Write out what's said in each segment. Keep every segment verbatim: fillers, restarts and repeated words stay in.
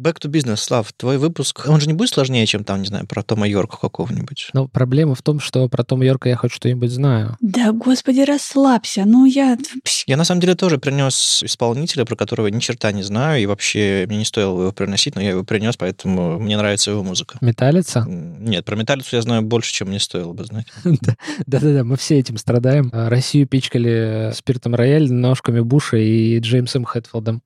Back to business, Слав, твой выпуск, он же не будет сложнее, чем там, не знаю, про Тома Йорка какого-нибудь? Но проблема в том, что про Тома Йорка я хоть что-нибудь знаю. Да, господи, расслабься. Ну, я... Я, на самом деле, тоже принес исполнителя, про которого ни черта не знаю, и вообще мне не стоило его приносить, но я его принес, поэтому мне нравится его музыка. Металлица? Нет, про Металлицу я знаю больше, чем мне стоило бы знать. Да-да-да, мы все этим страдаем. Россию пичкали спиртом рояль, ножками Буша и Джеймсом Хэтфилдом.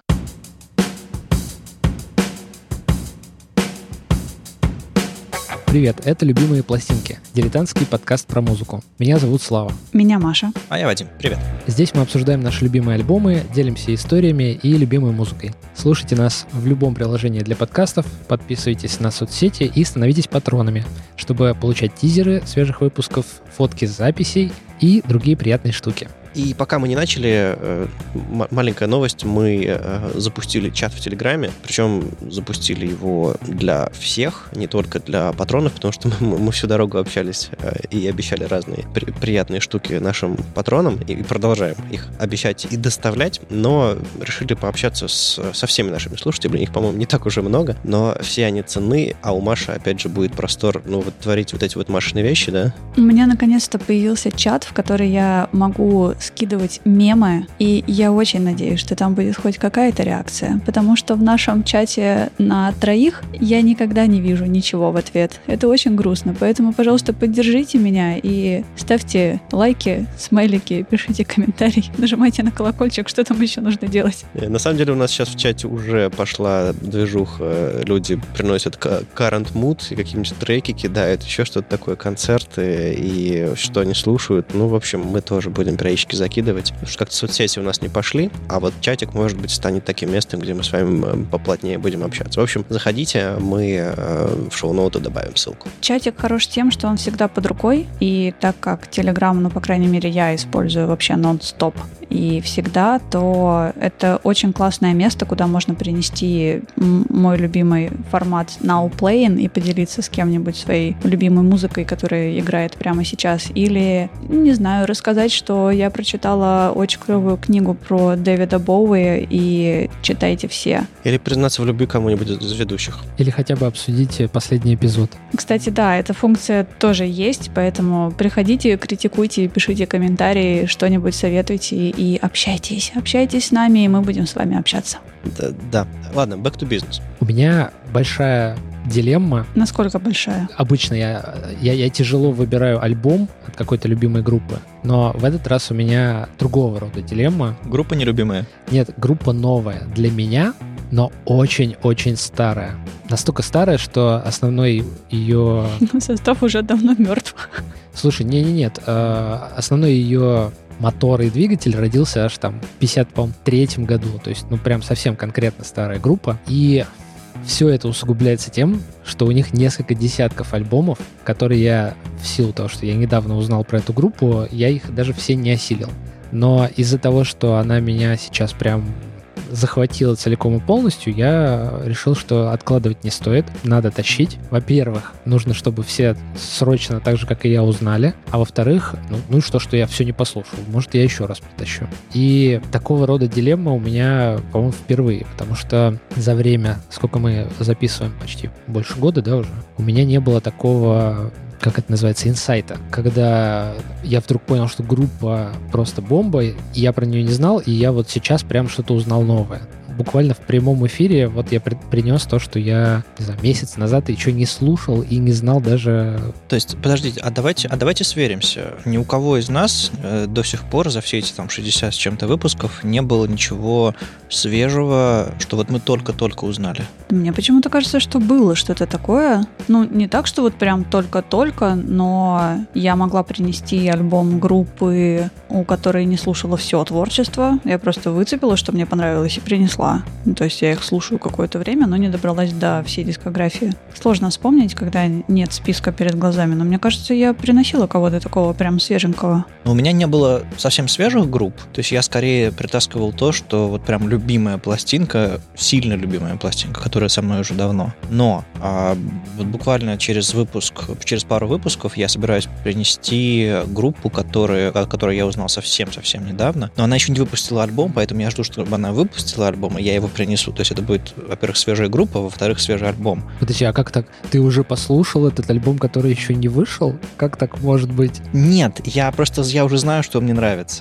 Привет, это «Любимые пластинки», дилетантский подкаст про музыку. Меня зовут Слава. Меня Маша. А я Вадим. Привет. Здесь мы обсуждаем наши любимые альбомы, делимся историями и любимой музыкой. Слушайте нас в любом приложении для подкастов, подписывайтесь на соцсети и становитесь патронами, чтобы получать тизеры свежих выпусков, фотки с записей и другие приятные штуки. И пока мы не начали, маленькая новость, мы запустили чат в Телеграме, причем запустили его для всех, не только для патронов, потому что мы, мы всю дорогу общались и обещали разные при, приятные штуки нашим патронам, и продолжаем их обещать и доставлять, но решили пообщаться с, со всеми нашими слушателями, их, по-моему, не так уже много, но все они ценны, а у Маши, опять же, будет простор, ну, вот творить вот эти вот Машины вещи, да? У меня, наконец-то, появился чат, в который я могу скидывать мемы, и я очень надеюсь, что там будет хоть какая-то реакция, потому что в нашем чате на троих я никогда не вижу ничего в ответ. Это очень грустно, поэтому, пожалуйста, поддержите меня и ставьте лайки, смайлики, пишите комментарии, нажимайте на колокольчик, что там еще нужно делать. На самом деле у нас сейчас в чате уже пошла движуха, люди приносят current mood и какие-нибудь треки кидают, еще что-то такое, концерты и что они слушают. Ну, в общем, мы тоже будем периодически закидывать, потому что как-то соцсети у нас не пошли, а вот чатик, может быть, станет таким местом, где мы с вами поплотнее будем общаться. В общем, заходите, мы в шоу-ноуты добавим ссылку. Чатик хорош тем, что он всегда под рукой, и так как Telegram, ну, по крайней мере, я использую вообще нон-стоп и всегда, то это очень классное место, куда можно принести мой любимый формат Now Playing и поделиться с кем-нибудь своей любимой музыкой, которая играет прямо сейчас, или, не знаю, рассказать, что я прочитала очень клевую книгу про Дэвида Боуи, и читайте все. Или признаться в любви кому-нибудь из ведущих. Или хотя бы обсудить последний эпизод. Кстати, да, эта функция тоже есть, поэтому приходите, критикуйте, пишите комментарии, что-нибудь советуйте и общайтесь. Общайтесь с нами, и мы будем с вами общаться. Да, да. Ладно, back to business. У меня большая дилемма. Насколько большая? Обычно я, я, я тяжело выбираю альбом от какой-то любимой группы, но в этот раз у меня другого рода дилемма. Группа нелюбимая? Нет, группа новая для меня, но очень-очень старая. Настолько старая, что основной ее... Ну, состав уже давно мертв. Слушай, не-не-нет, основной ее... мотор и двигатель родился аж там в пятьдесят третьем году, то есть, ну, прям совсем конкретно старая группа. И все это усугубляется тем, что у них несколько десятков альбомов, которые я, в силу того, что я недавно узнал про эту группу, я их даже все не осилил. Но из-за того, что она меня сейчас прям захватила целиком и полностью, я решил, что откладывать не стоит, надо тащить. Во-первых, нужно, чтобы все срочно, так же, как и я, узнали, а во-вторых, ну, ну что, что я все не послушал, может, я еще раз притащу. И такого рода дилемма у меня, по-моему, впервые, потому что за время, сколько мы записываем, почти больше года, да, уже, у меня не было такого... как это называется, инсайта, когда я вдруг понял, что группа просто бомба, и я про нее не знал, и я вот сейчас прям что-то узнал новое. Буквально в прямом эфире вот я принес то, что я, не знаю, месяц назад еще не слушал и не знал даже... То есть, подождите, а давайте, а давайте сверимся. Ни у кого из нас э, до сих пор за все эти там шестьдесят с чем-то выпусков не было ничего свежего, что вот мы только-только узнали. Мне почему-то кажется, что было что-то такое. Ну, не так, что вот прям только-только, но я могла принести альбом группы, у которой не слушала все творчество. Я просто выцепила, что мне понравилось, и принесла. Ну, то есть я их слушаю какое-то время, но не добралась до всей дискографии. Сложно вспомнить, когда нет списка перед глазами, но мне кажется, я приносила кого-то такого прям свеженького. Но у меня не было совсем свежих групп, то есть я скорее притаскивал то, что вот прям любимая пластинка, сильно любимая пластинка, которая со мной уже давно. Но А вот буквально через выпуск, через пару выпусков я собираюсь принести группу, которую, о которой я узнал совсем-совсем недавно. Но она еще не выпустила альбом, поэтому я жду, чтобы она выпустила альбом, и я его принесу. То есть это будет, во-первых, свежая группа, во-вторых, свежий альбом. Подожди, а как так? Ты уже послушал этот альбом, который еще не вышел? Как так может быть? Нет, я просто я уже знаю, что мне нравится.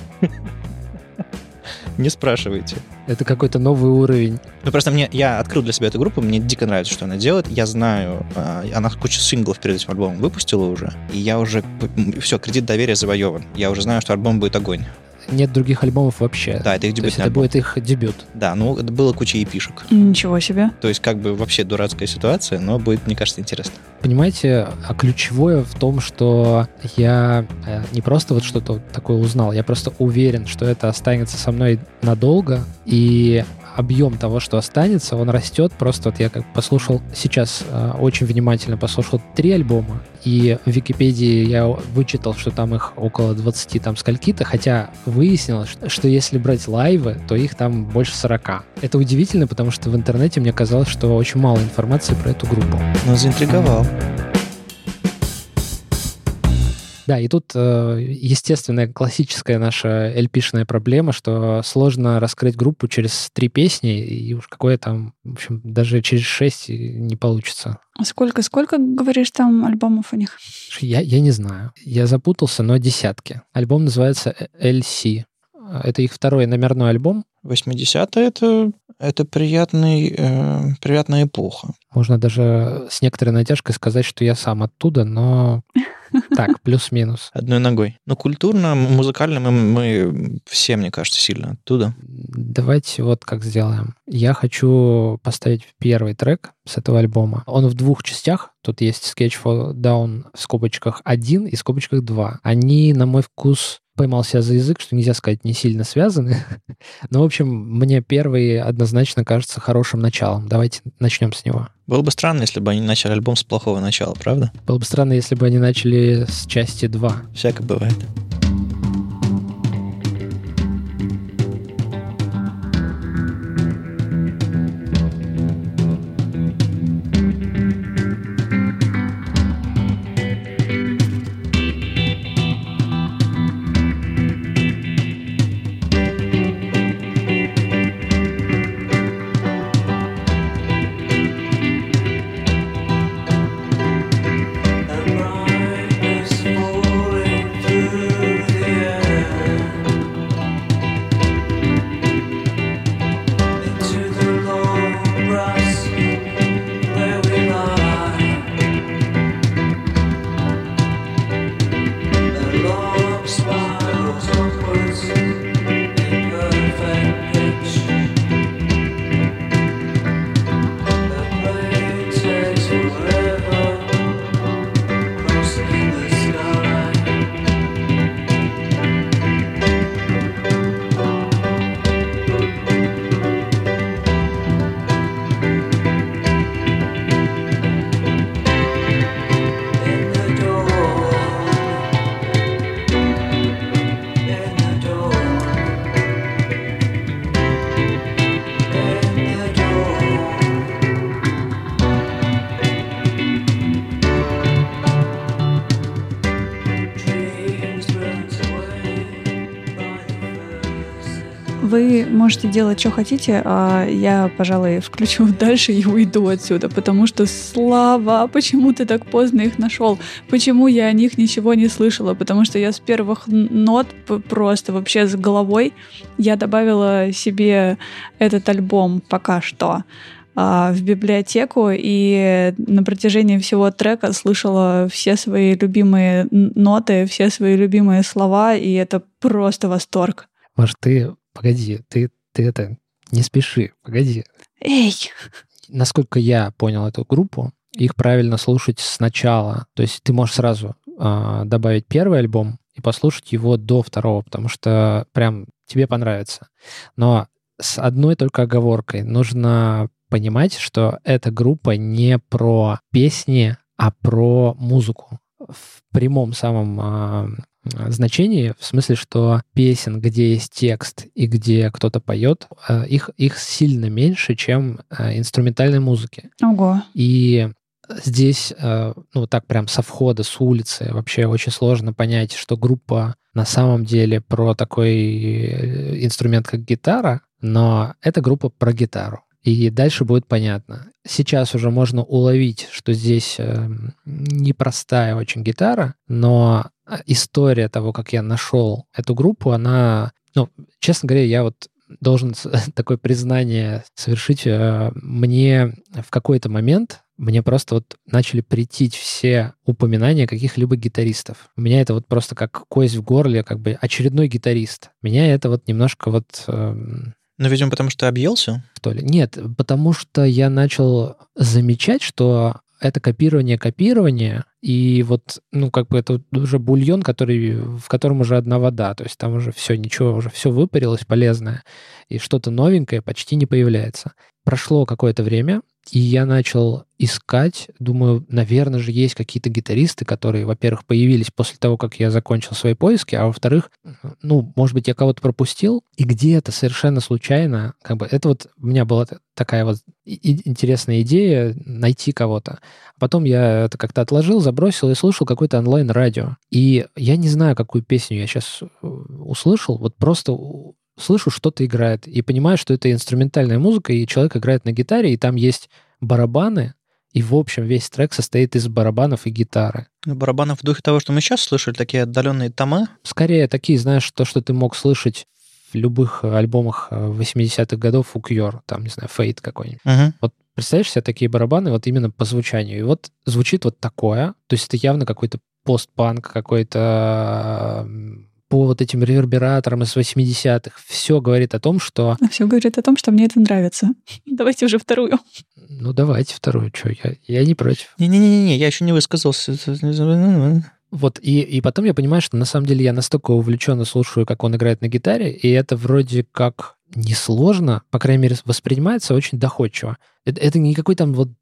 Не спрашивайте. Это какой-то новый уровень. Ну, просто мне, я открыл для себя эту группу, мне дико нравится, что она делает. Я знаю, она кучу синглов перед этим альбомом выпустила уже, и я уже, все, кредит доверия завоеван. Я уже знаю, что альбом будет огонь. Нет других альбомов вообще. Да, это их дебютный альбом. Это будет их дебют. Да, ну, это было куча эпишек. Ничего себе. То есть, как бы, вообще дурацкая ситуация, но будет, мне кажется, интересно. Понимаете, а ключевое в том, что я не просто вот что-то такое узнал, я просто уверен, что это останется со мной надолго, и объем того, что останется, он растет. Просто вот я как послушал сейчас, э, очень внимательно послушал три альбома, и в Википедии я вычитал, что там их около двадцати там скольки-то, хотя выяснилось, что, что если брать лайвы, то их там больше сорока. Это удивительно, потому что в интернете мне казалось, что очень мало информации про эту группу. Ну, заинтриговал. Да, и тут, естественная классическая наша эл пи-шная проблема, что сложно раскрыть группу через три песни, и уж какое там, в общем, даже через шесть не получится. А сколько, сколько, говоришь, там альбомов у них? Я, я не знаю. Я запутался, но десятки. Альбом называется эл си. Это их второй номерной альбом. восьмидесятые это, это приятный, э, приятная эпоха. Можно даже с некоторой натяжкой сказать, что я сам оттуда, но так, плюс-минус. Одной ногой. Но культурно, музыкально мы, мы все, мне кажется, сильно оттуда. Давайте вот как сделаем. Я хочу поставить первый трек с этого альбома. Он в двух частях. Тут есть Sketch for Down в скобочках один и в скобочках два. Они, на мой вкус, поймал себя за язык, что нельзя сказать, не сильно связаны. Но, в общем, мне первый однозначно кажется хорошим началом. Давайте начнем с него. Было бы странно, если бы они начали альбом с плохого начала, правда? Было бы странно, если бы они начали с части два. Всяко бывает. Вы можете делать, что хотите, а я, пожалуй, включу дальше и уйду отсюда, потому что, Слава, почему ты так поздно их нашел? Почему я о них ничего не слышала? Потому что я с первых нот просто вообще с головой я добавила себе этот альбом пока что в библиотеку, и на протяжении всего трека слышала все свои любимые ноты, все свои любимые слова, и это просто восторг. Маш, ты, погоди, ты, ты это, не спеши, погоди. Эй! Насколько я понял эту группу, их правильно слушать сначала. То есть ты можешь сразу э, добавить первый альбом и послушать его до второго, потому что прям тебе понравится. Но с одной только оговоркой. Нужно понимать, что эта группа не про песни, а про музыку. В прямом самом э, значении, в смысле, что песен, где есть текст и где кто-то поет, их, их сильно меньше, чем инструментальной музыки. Ого. И здесь, ну, так прям со входа, с улицы вообще очень сложно понять, что группа на самом деле про такой инструмент, как гитара, но это группа про гитару. И дальше будет понятно. Сейчас уже можно уловить, что здесь непростая очень гитара, но история того, как я нашел эту группу, она, ну, честно говоря, я вот должен такое признание совершить. Мне в какой-то момент мне просто вот начали претить все упоминания каких-либо гитаристов. У меня это вот просто как кость в горле, как бы очередной гитарист. Меня это вот немножко вот... Ну, видимо, потому что ты объелся? Что ли? Нет, потому что я начал замечать, что это копирование-копирование, и вот, ну, как бы это уже бульон, который, в котором уже одна вода, то есть там уже все, ничего, уже все выпарилось полезное, и что-то новенькое почти не появляется. Прошло какое-то время, и я начал искать, думаю, наверное же есть какие-то гитаристы, которые, во-первых, появились после того, как я закончил свои поиски, а во-вторых, ну, может быть, я кого-то пропустил, и где-то совершенно случайно, как бы, это вот у меня была такая вот интересная идея найти кого-то. Потом я это как-то отложил, забросил и слушал какое-то онлайн-радио. И я не знаю, какую песню я сейчас услышал, вот просто слышу, что-то играет, и понимаю, что это инструментальная музыка, и человек играет на гитаре, и там есть барабаны, и, в общем, весь трек состоит из барабанов и гитары. Барабанов в духе того, что мы сейчас слышали, такие отдаленные тома? Скорее, такие, знаешь, то, что ты мог слышать в любых альбомах восьмидесятых годов у Cure, там, не знаю, Fate какой-нибудь. Угу. Вот представляешь себе такие барабаны вот именно по звучанию. И вот звучит вот такое, то есть это явно какой-то постпанк, какой-то... по вот этим ревербераторам из восьмидесятых. Все говорит о том, что... Все говорит о том, что мне это нравится. Давайте уже вторую. Ну, давайте вторую. Что, я, я не против. Не-не-не, я еще не высказался. Вот, и, и потом я понимаю, что на самом деле я настолько увлеченно слушаю, как он играет на гитаре, и это вроде как несложно, по крайней мере, воспринимается очень доходчиво. Это, это не какой там вот,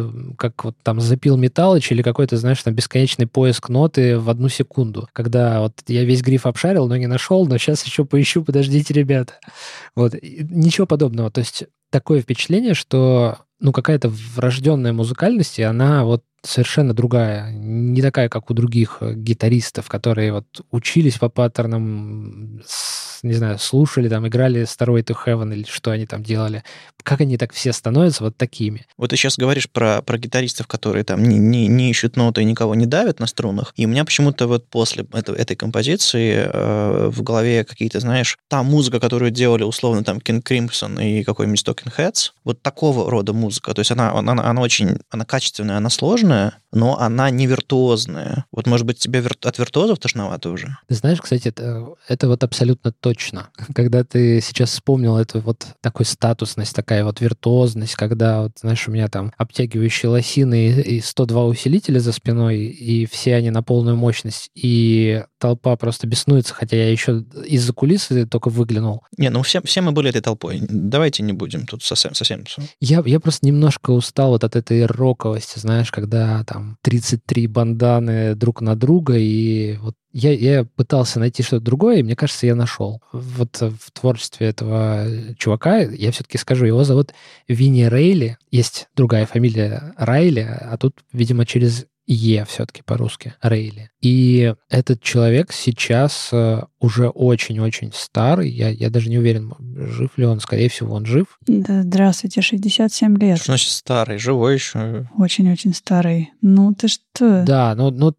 как вот там запил Металлыч или какой-то, знаешь, там бесконечный поиск ноты в одну секунду, когда вот я весь гриф обшарил, но не нашел, но сейчас еще поищу, подождите, ребята. Вот, ничего подобного. То есть такое впечатление, что ну какая-то врожденная музыкальность, и она вот совершенно другая, не такая, как у других гитаристов, которые вот учились по паттернам, не знаю, слушали, там, играли Starway to Heaven или что они там делали. Как они так все становятся вот такими? Вот ты сейчас говоришь про, про гитаристов, которые там не, не, не ищут ноты и никого не давят на струнах, и у меня почему-то вот после этого, этой композиции э, в голове какие-то, знаешь, та музыка, которую делали условно там King Crimson и какой-нибудь Talking Heads, вот такого рода музыка, то есть она, она, она очень, она качественная, она сложная, но она не виртуозная. Вот, может быть, тебе от виртуозов тошновато уже? Ты знаешь, кстати, это, это вот абсолютно точно. Когда ты сейчас вспомнил эту вот такую статусность, такая вот виртуозность, когда, вот, знаешь, у меня там обтягивающие лосины и сто два усилителя за спиной, и все они на полную мощность, и толпа просто беснуется, хотя я еще из-за кулисы только выглянул. Не, ну все, все мы были этой толпой. Давайте не будем тут совсем... совсем... Я, я просто немножко устал вот от этой роковости, знаешь, когда там тридцать три банданы друг на друга, и вот я, я пытался найти что-то другое, и мне кажется, я нашел. Вот в творчестве этого чувака, я все-таки скажу, его зовут Винни Рейли, есть другая фамилия Райли, а тут, видимо, через Е все-таки по-русски, Рейли. И этот человек сейчас уже очень-очень старый, я, я даже не уверен, жив ли он, скорее всего, он жив. Да, здравствуйте, шестьдесят семь лет. Что значит старый, живой еще? Очень-очень старый. Ну ты что? Да, ну, ну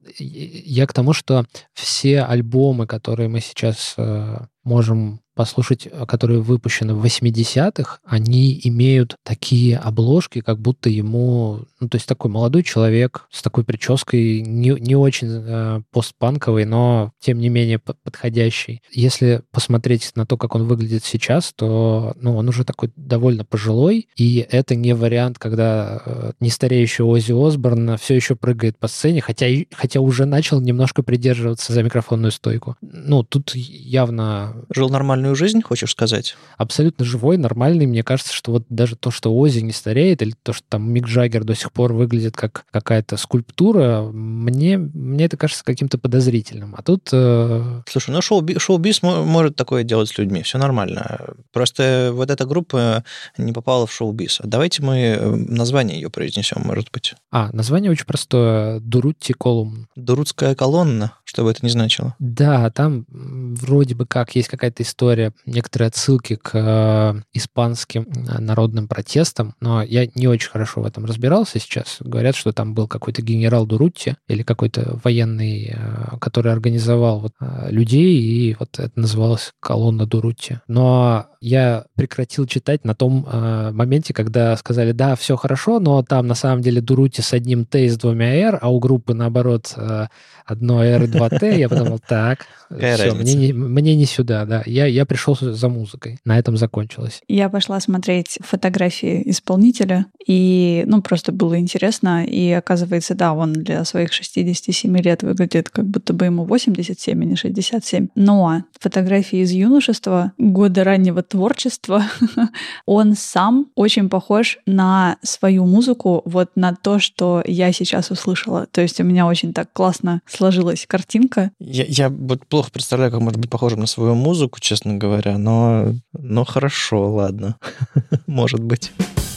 я к тому, что все альбомы, которые мы сейчас э, можем послушать, которые выпущены в восьмидесятых, они имеют такие обложки, как будто ему... Ну, то есть такой молодой человек с такой прической, не, не очень э, постпанковый, но, тем не менее, подходящий. Если посмотреть на то, как он выглядит сейчас, то ну, он уже такой довольно пожилой, и это не вариант, когда э, нестареющий Оззи Осборн все еще прыгает по сцене, хотя, хотя уже начал немножко придерживаться за микрофонную стойку. Ну, тут явно... Жил нормальной нормальную жизнь, хочешь сказать? Абсолютно живой, нормальный. Мне кажется, что вот даже то, что Оззи не стареет, или то, что там Мик Джаггер до сих пор выглядит как какая-то скульптура, мне, мне это кажется каким-то подозрительным. А тут... Э... Слушай, ну шоу-биз, шоу-биз может такое делать с людьми, все нормально. Просто вот эта группа не попала в шоу-биз. Давайте мы название ее произнесем, может быть. А, название очень простое. Дурутти Колумн. Дурутская колонна, что бы это ни значило. Да, там вроде бы как есть какая-то история, некоторые отсылки к э, испанским народным протестам, но я не очень хорошо в этом разбирался сейчас. Говорят, что там был какой-то генерал Дурутти или какой-то военный, э, который организовал вот, э, людей, и вот это называлось колонна Дурутти. Но я прекратил читать на том э, моменте, когда сказали, да, все хорошо, но там на самом деле Дурутти с одним Т и с двумя Р, а у группы, наоборот, э, одно Р и два Т. Я подумал, так, все, мне не, мне не сюда, да. Я, я пришел за музыкой. На этом закончилось. Я пошла смотреть фотографии исполнителя, и, ну, просто было интересно, и оказывается, да, он для своих шестидесяти семи лет выглядит, как будто бы ему восемьдесят семь, а не шестьдесят семь. Но фотографии из юношества, года раннего творчества, он сам очень похож на свою музыку, вот на то, что я сейчас услышала. То есть у меня очень так классно сложилась картинка. Я, я вот плохо представляю, как может быть похожим на свою музыку, честно говоря, но, но хорошо, ладно, может быть.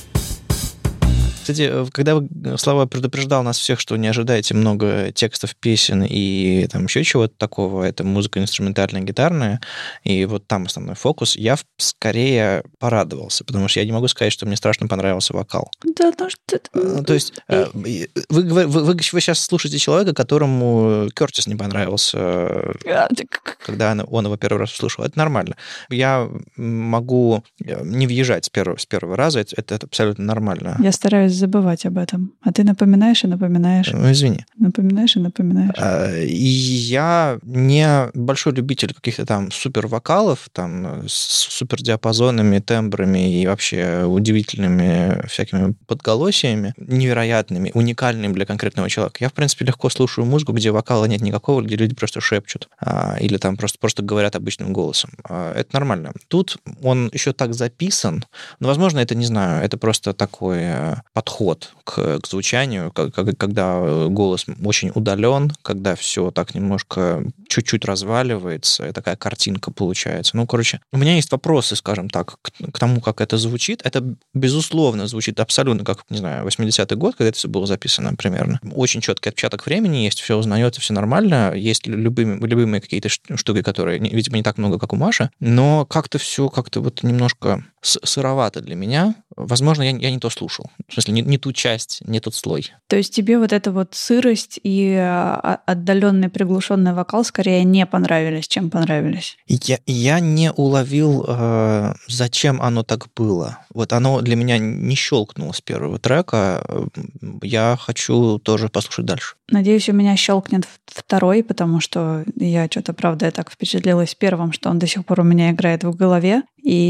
Кстати, когда Слава предупреждал нас всех, что не ожидайте много текстов песен и там еще чего-то такого, это музыка инструментальная, гитарная, и вот там основной фокус, я скорее порадовался, потому что я не могу сказать, что мне страшно понравился вокал. Да, ну что это... То есть вы, вы, вы, вы, вы сейчас слушаете человека, которому Кертис не понравился, когда он его первый раз услышал. Это нормально. Я могу не въезжать с первого, с первого раза, это, это абсолютно нормально. Я стараюсь забывать об этом. А ты напоминаешь и напоминаешь. Ну, извини. Напоминаешь и напоминаешь. И я не большой любитель каких-то там супер вокалов, там с супер диапазонами, тембрами и вообще удивительными всякими подголосиями, невероятными, уникальными для конкретного человека. Я, в принципе, легко слушаю музыку, где вокала нет никакого, где люди просто шепчут или там просто, просто говорят обычным голосом. Это нормально. Тут он еще так записан, но, возможно, это, не знаю, это просто такой подход к, к звучанию, как, когда голос очень удален, когда все так немножко чуть-чуть разваливается, и такая картинка получается. Ну, короче, у меня есть вопросы, скажем так, к, к тому, как это звучит. Это, безусловно, звучит абсолютно как, не знаю, восьмидесятый год, когда это все было записано примерно. Очень четкий отпечаток времени есть, все узнается, все нормально. Есть любые, любимые какие-то штуки, которые, видимо, не так много, как у Маши, но как-то все как-то вот немножко сыровато для меня. Возможно, я, я не то слушал. В смысле, не, не ту часть, не тот слой. То есть тебе вот эта вот сырость и отдаленный приглушенный вокал скорее не понравились, чем понравились? Я, я не уловил, э, зачем оно так было. Вот оно для меня не щелкнуло с первого трека. Я хочу тоже послушать дальше. Надеюсь, у меня щелкнет второй, потому что я что-то, правда, я так впечатлилась первым, что он до сих пор у меня играет в голове,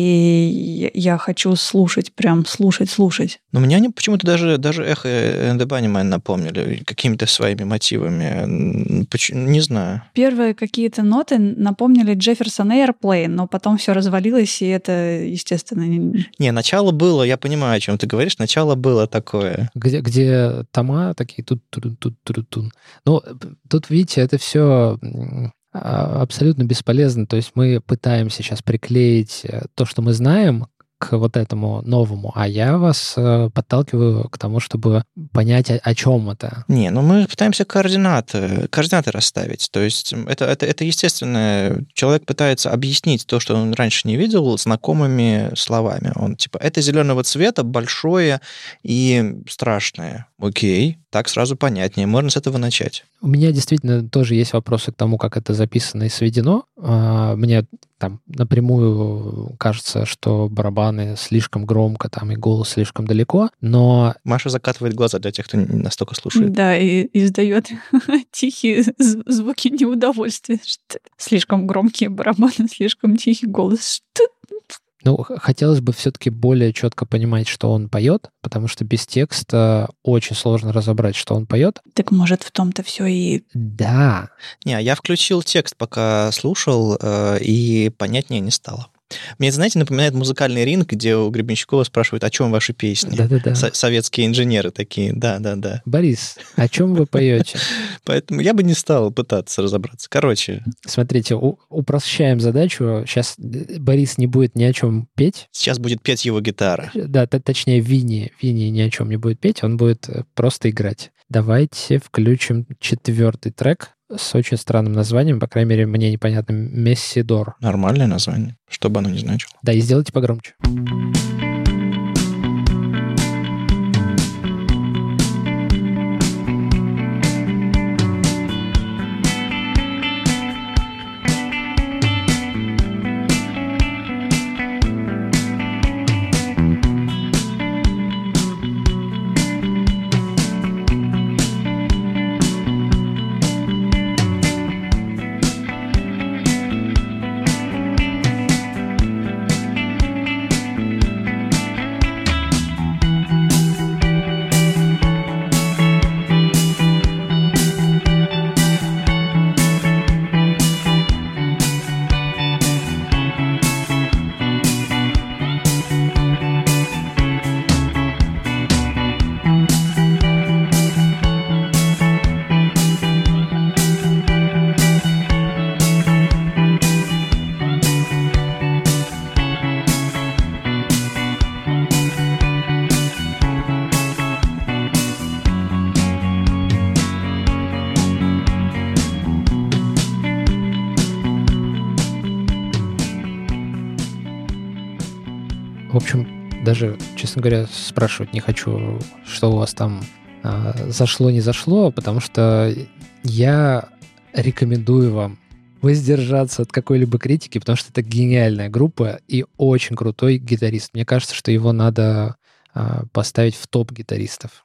и я хочу слушать, прям слушать, слушать. Но меня они почему-то даже, даже эхо and the Bunnymen напомнили какими-то своими мотивами. Не знаю. Первые какие-то ноты напомнили Jefferson Airplane, но потом все развалилось, и это, естественно... Не, не начало было, я понимаю, о чем ты говоришь, начало было такое. Где, где тома такие тут тут тут тут тут. Ну, тут, видите, это все абсолютно бесполезно. То есть мы пытаемся сейчас приклеить то, что мы знаем, к вот этому новому, а я вас э, подталкиваю к тому, чтобы понять, о, о чем это. Не, ну мы пытаемся координаты, координаты расставить. То есть это, это, это естественно, человек пытается объяснить то, что он раньше не видел, знакомыми словами. Он типа, это зеленого цвета, большое и страшное. Окей, так сразу понятнее, можно с этого начать. У меня действительно тоже есть вопросы к тому, как это записано и сведено. Мне там напрямую кажется, что барабаны слишком громко, там и голос слишком далеко, но... Маша закатывает глаза для тех, кто не настолько слушает. Да, и издает тихие звуки неудовольствия. Слишком громкие барабаны, слишком тихий голос. Что? Ну, хотелось бы все-таки более четко понимать, что он поет, потому что без текста очень сложно разобрать, что он поет. Так может, в том-то все и... Да. Не, я включил текст, пока слушал, и понятнее не стало. Мне, знаете, напоминает музыкальный ринг, где у Гребенщикова спрашивают, о чем ваши песни. Да-да-да. Со- советские инженеры такие, да-да-да. Борис, о чем вы поете? Поэтому я бы не стал пытаться разобраться. Короче. Смотрите, у- упрощаем задачу. Сейчас Борис не будет ни о чем петь. Сейчас будет петь его гитара. Да, т- точнее, Винни. Винни ни о чем не будет петь, он будет просто играть. Давайте включим четвертый трек с очень странным названием, по крайней мере, мне непонятно, «Мессидор». Нормальное название, что бы оно ни значило. Да, и сделайте погромче. В общем, даже, честно говоря, спрашивать не хочу, что у вас там а, зашло, не зашло, потому что я рекомендую вам воздержаться от какой-либо критики, потому что это гениальная группа и очень крутой гитарист. Мне кажется, что его надо а, поставить в топ гитаристов.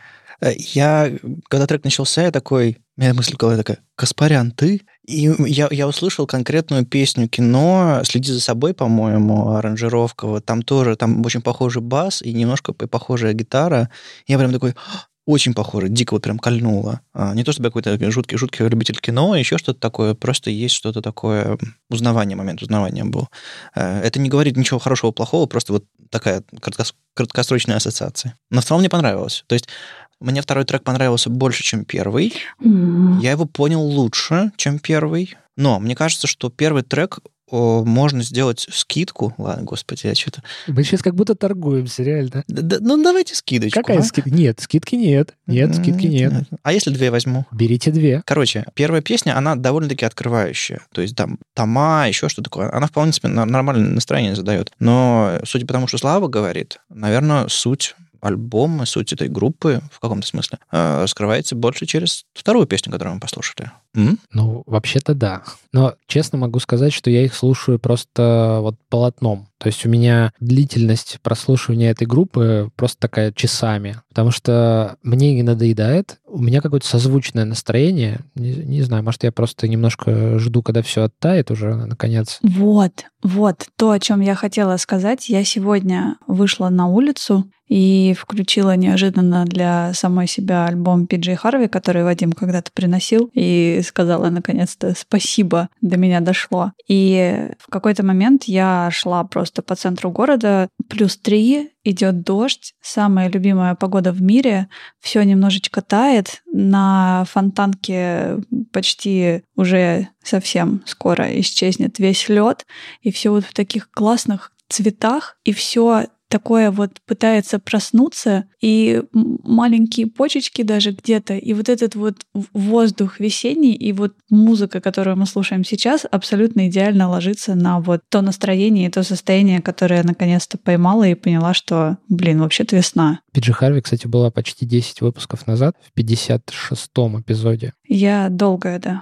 Я, когда трек начался, я такой, у меня мысль в голове такая, Каспарян, ты? И я, я услышал конкретную песню «Кино», «Следи за собой», по-моему, аранжировка, вот там тоже, там очень похожий бас и немножко похожая гитара. Я прям такой, очень похоже, дико вот прям кольнуло. А, не то чтобы я какой-то жуткий, жуткий любитель кино, еще что-то такое, просто есть что-то такое, узнавание, момент узнавания был. Это не говорит ничего хорошего, плохого, просто вот такая краткос- краткосрочная ассоциация. Но в целом мне понравилось. То есть мне второй трек понравился больше, чем первый. Mm-hmm. Я его понял лучше, чем первый. Но мне кажется, что первый трек о, можно сделать скидку. Ладно, господи, я что-то... Мы сейчас как будто торгуемся, реально. Да, да, ну, давайте скидочку. Какая а? скидка? Нет, скидки нет. Нет, mm-hmm. скидки нет. нет. А если две возьму? Берите две. Короче, первая песня, она довольно-таки открывающая. То есть там тома, еще что такое. Она вполне себе нормальное настроение задает. Но судя по тому, что Слава говорит, наверное, суть альбома, суть этой группы в каком-то смысле э, раскрывается больше через вторую песню, которую мы послушали. М? Ну, вообще-то да. Но честно могу сказать, что я их слушаю просто вот полотном. То есть у меня длительность прослушивания этой группы просто такая часами, потому что мне не надоедает. У меня какое-то созвучное настроение. Не, не знаю, может, я просто немножко жду, когда все оттает уже, наконец. Вот, вот то, о чем я хотела сказать. Я сегодня вышла на улицу и включила неожиданно для самой себя альбом Пи Джей Харви, который Вадим когда-то приносил, и сказала, наконец-то, спасибо, до меня дошло. И в какой-то момент я шла просто по центру города, плюс три, идет дождь, самая любимая погода в мире, все немножечко тает, на фонтанке почти уже совсем скоро исчезнет весь лед, и все вот в таких классных цветах, и все такое вот пытается проснуться, и маленькие почечки даже где-то, и вот этот вот воздух весенний, и вот музыка, которую мы слушаем сейчас, абсолютно идеально ложится на вот то настроение и то состояние, которое я наконец-то поймала и поняла, что, блин, вообще-то весна. Пи Джей Харви, кстати, была почти десять выпусков назад, в пятьдесят шестом эпизоде. Я долгая, да.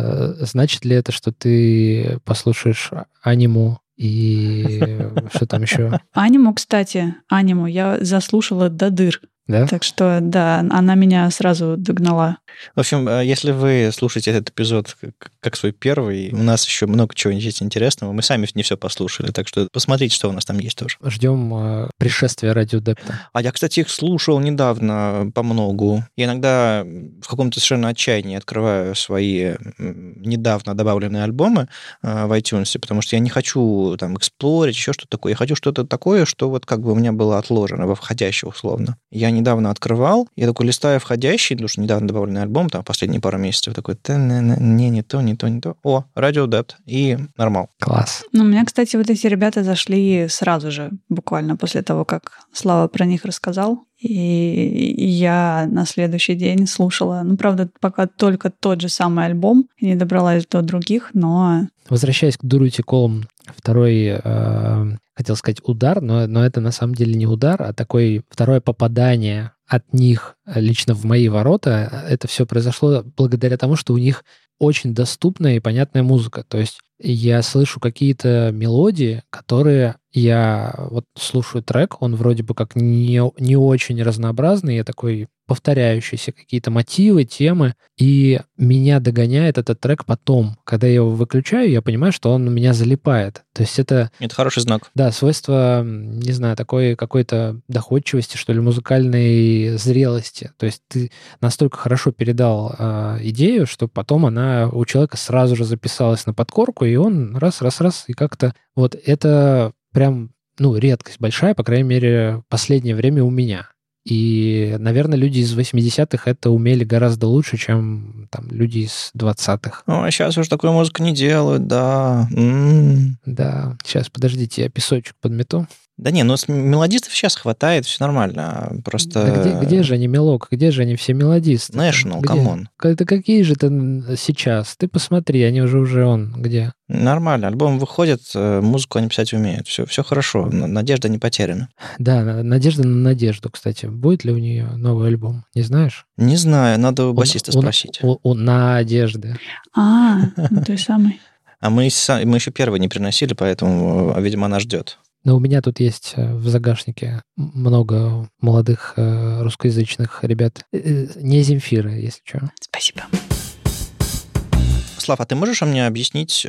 Значит ли это, что ты послушаешь аниму и что там еще? Аниму, кстати, аниму я заслушала до дыр. Да? Так что, да, она меня сразу догнала. В общем, если вы слушаете этот эпизод как свой первый, у нас еще много чего есть интересного. Мы сами не все послушали, так что посмотрите, что у нас там есть тоже. Ждем э, пришествия радиодепта. А я, кстати, их слушал недавно по многу. Я иногда в каком-то совершенно отчаянии открываю свои недавно добавленные альбомы э, в iTunes, потому что я не хочу там эксплорить, еще что-то такое. Я хочу что-то такое, что вот как бы у меня было отложено во входящее условно. Я недавно открывал, я такой листаю входящий, потому что недавно добавленный альбом, там, последние пару месяцев, такой, не, не то, не то, не то. О, радиодепт и нормал. Класс. Ну, у меня, кстати, вот эти ребята зашли сразу же, буквально после того, как Слава про них рассказал. И я на следующий день слушала, ну, правда, пока только тот же самый альбом, не добралась до других, но... Возвращаясь к Дуруйте Колм, второй, э, хотел сказать, удар, но, но это на самом деле не удар, а такое второе попадание от них лично в мои ворота. Это все произошло благодаря тому, что у них очень доступная и понятная музыка. То есть я слышу какие-то мелодии, которые я вот слушаю трек, он вроде бы как не, не очень разнообразный, я такой повторяющиеся какие-то мотивы, темы, и меня догоняет этот трек потом. Когда я его выключаю, я понимаю, что он у меня залипает. То есть это... Это хороший знак. Да, свойство, не знаю, такой какой-то доходчивости, что ли, музыкальной зрелости. То есть ты настолько хорошо передал э, идею, что потом она у человека сразу же записалась на подкорку, и он раз-раз-раз, и как-то... Вот это прям, ну, редкость большая, по крайней мере, в последнее время у меня. И, наверное, люди из восьмидесятых это умели гораздо лучше, чем там люди из двадцатых. Ну, а сейчас уже такую музыку не делают, да. М-м. Да, сейчас, подождите, я песочек подмету. Да не, ну с мелодистов сейчас хватает, все нормально. Просто... Да где, где же они мелок? Где же они все мелодисты? National, камон. Это какие же это сейчас? Ты посмотри, они уже уже он где? Нормально, альбом выходит, музыку они писать умеют. Все, все хорошо, надежда не потеряна. Да, надежда на надежду, кстати. Будет ли у нее новый альбом? Не знаешь? Не знаю, надо у басиста он, спросить. У, у, у Надежды. А, ну той самой. А мы, мы еще первый не приносили, поэтому, видимо, она ждет. Но у меня тут есть в загашнике много молодых русскоязычных ребят. Не Земфира, если что. Спасибо. Слав, а ты можешь мне объяснить,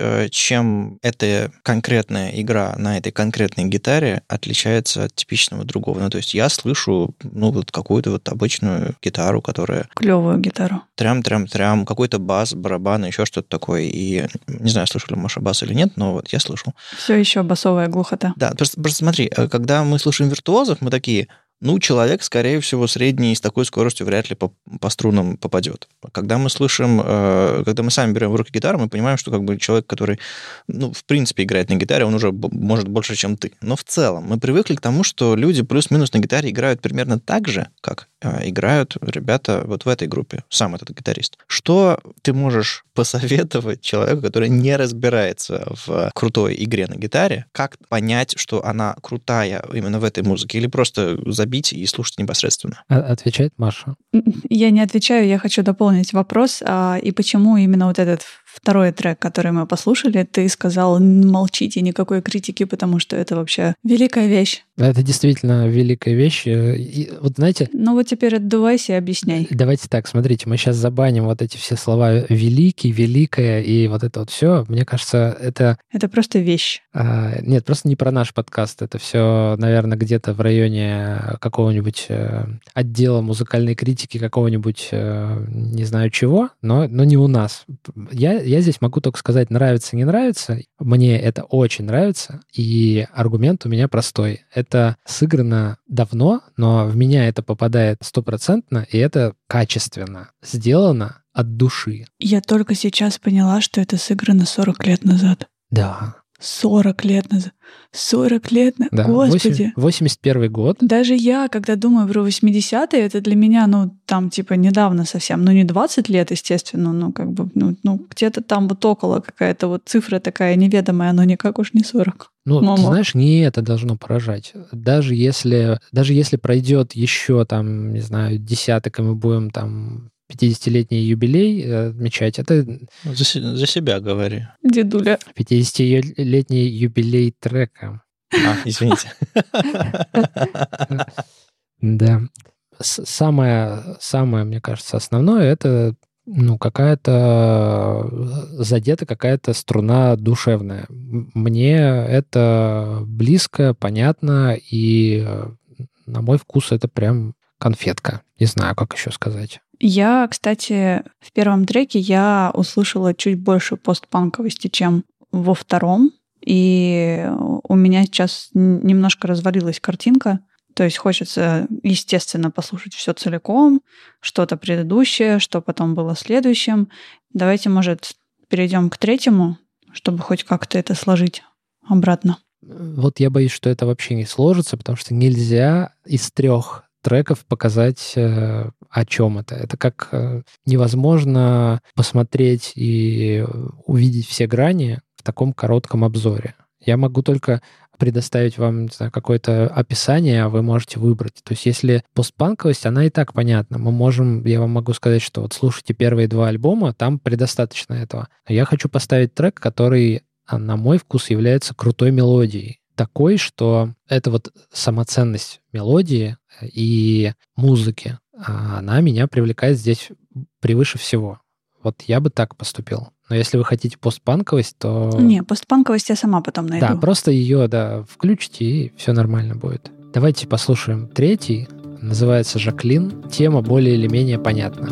чем эта конкретная игра на этой конкретной гитаре отличается от типичного другого? Ну, то есть я слышу, ну, вот какую-то вот обычную гитару, которая... Клевую гитару. Трям-трям-трям, какой-то бас, барабан, еще что-то такое. И не знаю, слышали Маша бас или нет, но вот я слышал. Все еще басовая глухота. Да, просто, просто смотри, когда мы слушаем виртуозов, мы такие... Ну, человек, скорее всего, средний с такой скоростью вряд ли по, по струнам попадет. Когда мы слышим, э, когда мы сами берем в руки гитару, мы понимаем, что как бы человек, который, ну, в принципе, играет на гитаре, он уже б- может больше, чем ты. Но в целом мы привыкли к тому, что люди плюс-минус на гитаре играют примерно так же, как э, играют ребята вот в этой группе, сам этот гитарист. Что ты можешь посоветовать человеку, который не разбирается в крутой игре на гитаре, как понять, что она крутая именно в этой музыке, или просто забить и слушать непосредственно? Отвечает Маша. Я не отвечаю, я хочу дополнить вопрос. А, и почему именно вот этот второй трек, который мы послушали, ты сказал, молчите, никакой критики, потому что это вообще великая вещь. Это действительно великая вещь. И, вот знаете... Ну вот теперь отдувайся и объясняй. Давайте так, смотрите, мы сейчас забаним вот эти все слова «великий», «великая» и вот это вот все. Мне кажется, это... Это просто вещь. А, нет, просто не про наш подкаст. Это все, наверное, где-то в районе какого-нибудь э, отдела музыкальной критики, какого-нибудь, э, не знаю чего, но, но не у нас. Я, я здесь могу только сказать, нравится, не нравится. Мне это очень нравится, и аргумент у меня простой. Это сыграно давно, но в меня это попадает стопроцентно, и это качественно сделано от души. Я только сейчас поняла, что это сыграно сорок лет назад. Да. сорок лет назад. сорок лет назад. Да. Господи. восемьдесят первый год. Даже я, когда думаю про восьмидесятые, это для меня, ну, там, типа, недавно совсем. Ну, не двадцать лет, естественно, но как бы, ну, ну где-то там вот около какая-то вот цифра такая неведомая, но никак уж не сорок. Ну, Мама. Ты знаешь, не это должно поражать. Даже если, даже если пройдет еще, там, не знаю, десяток, и мы будем там пятидесятилетний юбилей отмечать, это... За, за себя говори. Дедуля. пятидесятилетний юбилей трека. А, извините. Да. самое, самое, мне кажется, основное, это ну, какая-то задета какая-то струна душевная. Мне это близко, понятно, и на мой вкус это прям конфетка. Не знаю, как еще сказать. Я, кстати, в первом треке я услышала чуть больше постпанковости, чем во втором. И у меня сейчас немножко развалилась картинка. То есть хочется, естественно, послушать все целиком, что-то предыдущее, что потом было следующим. Давайте, может, перейдем к третьему, чтобы хоть как-то это сложить обратно. Вот я боюсь, что это вообще не сложится, потому что нельзя из трех треков показать, э, о чем это. Это как э, невозможно посмотреть и увидеть все грани в таком коротком обзоре. Я могу только предоставить вам, не знаю, какое-то описание, а вы можете выбрать. То есть если постпанковость, она и так понятна. Мы можем, я вам могу сказать, что вот слушайте первые два альбома, там предостаточно этого. Но я хочу поставить трек, который, на мой вкус, является крутой мелодией. Такой, что это вот самоценность мелодии и музыки, она меня привлекает здесь превыше всего. Вот я бы так поступил. Но если вы хотите постпанковость, то... Не, постпанковость я сама потом найду. Да, просто ее, да, включите, и все нормально будет. Давайте послушаем третий. Называется «Жаклин». Тема более или менее понятна.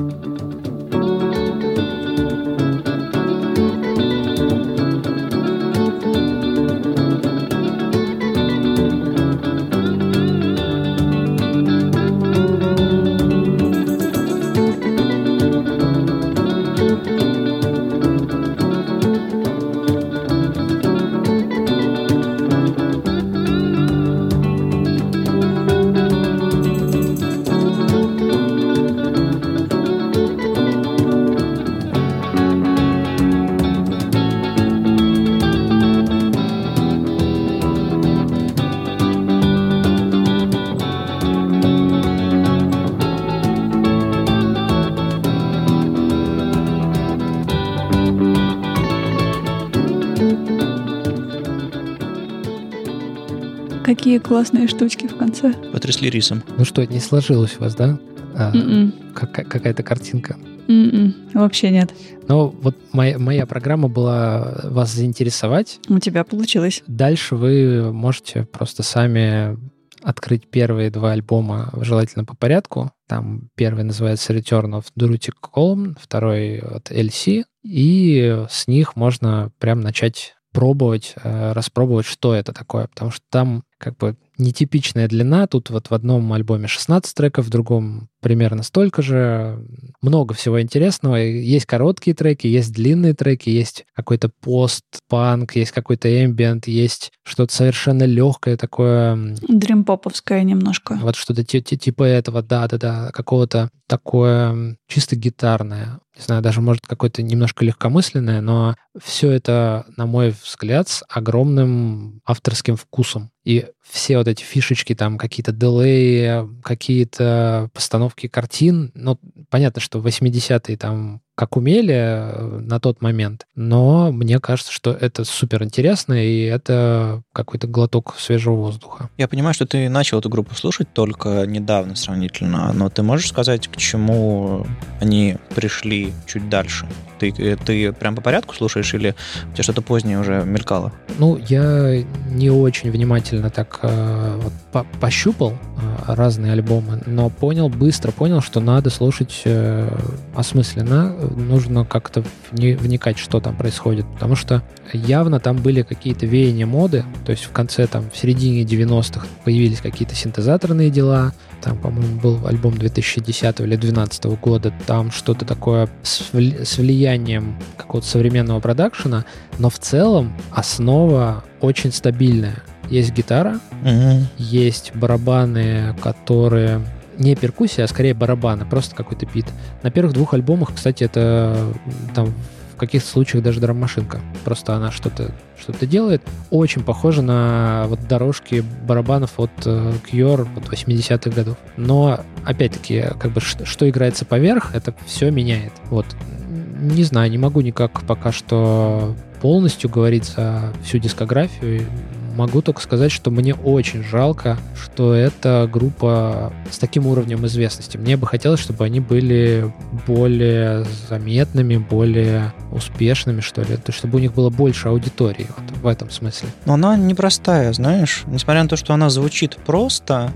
Какие классные штучки в конце. Потрясли рисом. Ну что, не сложилось у вас, да? А, Mm-mm. как, какая-то картинка. Mm-mm. Вообще нет. Но вот моя, моя программа была вас заинтересовать. У тебя получилось. Дальше вы можете просто сами открыть первые два альбома, желательно по порядку. Там первый называется Return of Drutic Column, второй от эл си. И с них можно прям начать пробовать, распробовать, что это такое. Потому что там как бы нетипичная длина. Тут вот в одном альбоме шестнадцать треков, в другом примерно столько же. Много всего интересного. Есть короткие треки, есть длинные треки, есть какой-то пост-панк, есть какой-то эмбиент, есть что-то совершенно легкое такое. Дримпоповское немножко. Вот что-то типа этого, да-да-да, какого-то такое чисто гитарное. Не знаю, даже, может, какое-то немножко легкомысленное, но все это, на мой взгляд, с огромным авторским вкусом. И все вот эти фишечки, там какие-то дилеи, какие-то постановки картин, ну, понятно, что восьмидесятые там как умели на тот момент, но мне кажется, что это супер интересно, и это какой-то глоток свежего воздуха. Я понимаю, что ты начал эту группу слушать только недавно сравнительно, но ты можешь сказать, к чему они пришли чуть дальше? Ты, ты прям по порядку слушаешь или у тебя что-то позднее уже мелькало? Ну, я не очень внимательно так э, вот, по- пощупал э, разные альбомы, но понял, быстро понял, что надо слушать э, осмысленно, нужно как-то вни- вникать, что там происходит, потому что явно там были какие-то веяния моды, то есть в конце, там, в середине девяностых появились какие-то синтезаторные дела, там, по-моему, был альбом две тысячи десятого или две тысячи двенадцатого года, там что-то такое с, вли- с влиянием какого-то современного продакшена, но в целом основа очень стабильная. Есть гитара, Mm-hmm. есть барабаны, которые... Не перкуссия, а скорее барабаны, просто какой-то бит. На первых двух альбомах, кстати, это там в каких-то случаях даже драм-машинка. Просто она что-то, что-то делает. Очень похоже на вот дорожки барабанов от uh, Cure от восьмидесятых годов. Но, опять-таки, как бы что, что играется поверх, это все меняет. Вот. Не знаю, не могу никак пока что полностью говорить за всю дискографию. могу только сказать, что мне очень жалко, что эта группа с таким уровнем известности. Мне бы хотелось, чтобы они были более заметными, более успешными, что ли, то, чтобы у них было больше аудитории вот, в этом смысле. Но она непростая, знаешь. Несмотря на то, что она звучит просто,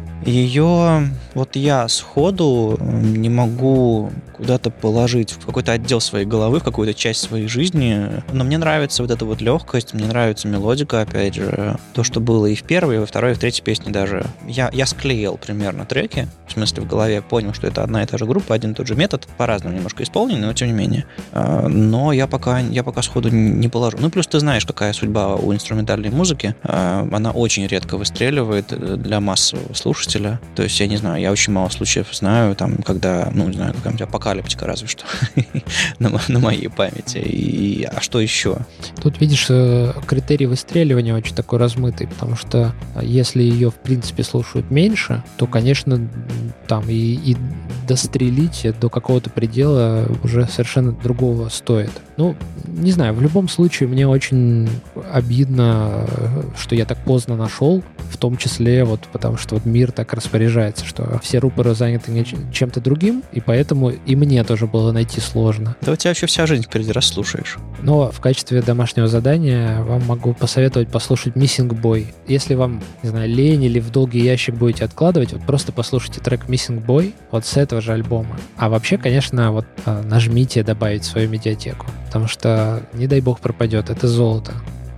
ее вот я сходу не могу куда-то положить в какой-то отдел своей головы, в какую-то часть своей жизни. Но мне нравится вот эта вот легкость, мне нравится мелодика, опять же, то, что было и в первой, и во второй, и в третьей песне даже. Я, я склеил примерно треки, в смысле в голове понял, что это одна и та же группа, один и тот же метод, по-разному немножко исполнен, но тем не менее. Но я пока, я пока сходу не положу. Ну, плюс ты знаешь, какая судьба у инструментальной музыки. Она очень редко выстреливает для массового слушателя. То есть, я не знаю, я очень мало случаев знаю, там, когда, ну, не знаю, какая-нибудь апокалиптика разве что на, на моей памяти. И, а что еще? Тут, видишь, критерий выстреливания очень такой размытый, потому что если ее, в принципе, слушают меньше, то, конечно, там и, и дострелить до какого-то предела уже совершенно другого стоит. Ну, не знаю, в любом случае мне очень обидно, что я так поздно нашел, в том числе вот потому, что вот мир так распоряжается, что все рупоры заняты чем-то другим, и поэтому и мне тоже было найти сложно. Да у тебя вообще вся жизнь впереди, раз слушаешь. Но в качестве домашнего задания вам могу посоветовать послушать Missing Boy. Если вам, не знаю, лень или в долгий ящик будете откладывать, вот просто послушайте трек Missing Boy вот с этого же альбома. А вообще, конечно, вот нажмите добавить в свою медиатеку, потому что, не дай бог, пропадет. Это золото.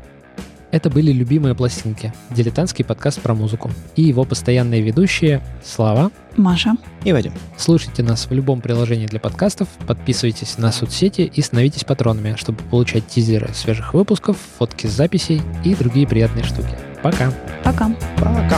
Это были «Любимые пластинки», дилетантский подкаст про музыку. И его постоянные ведущие Слава, Маша и Вадим. Слушайте нас в любом приложении для подкастов, подписывайтесь на соцсети и становитесь патронами, чтобы получать тизеры свежих выпусков, фотки с записей и другие приятные штуки. Пока! Пока! Пока!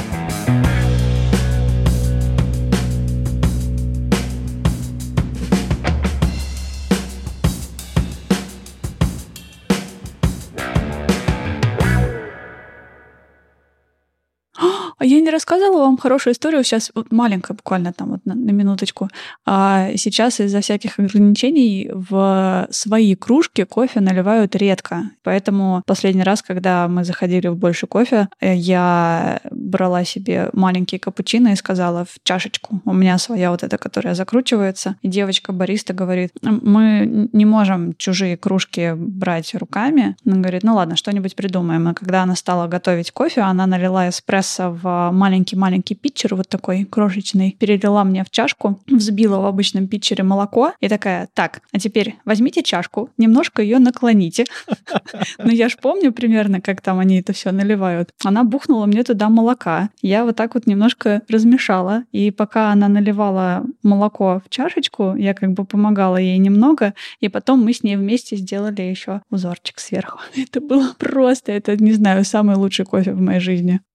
Я не рассказывала вам хорошую историю, сейчас вот маленькая буквально там вот на, на минуточку. А сейчас из-за всяких ограничений в свои кружки кофе наливают редко. Поэтому последний раз, когда мы заходили в «Больше кофе», я брала себе маленький капучино и сказала в чашечку. У меня своя вот эта, которая закручивается. И девочка-бариста говорит, мы не можем чужие кружки брать руками. Она говорит, ну ладно, что-нибудь придумаем. И когда она стала готовить кофе, она налила эспрессо в маленький-маленький питчер, вот такой крошечный, перелила мне в чашку, взбила в обычном питчере молоко и такая, так, а теперь возьмите чашку, немножко ее наклоните. Но я ж помню примерно, как там они это все наливают. Она бухнула мне туда молока. Я вот так вот немножко размешала, и пока она наливала молоко в чашечку, я как бы помогала ей немного, и потом мы с ней вместе сделали еще узорчик сверху. Это было просто, это, не знаю, самый лучший кофе в моей жизни.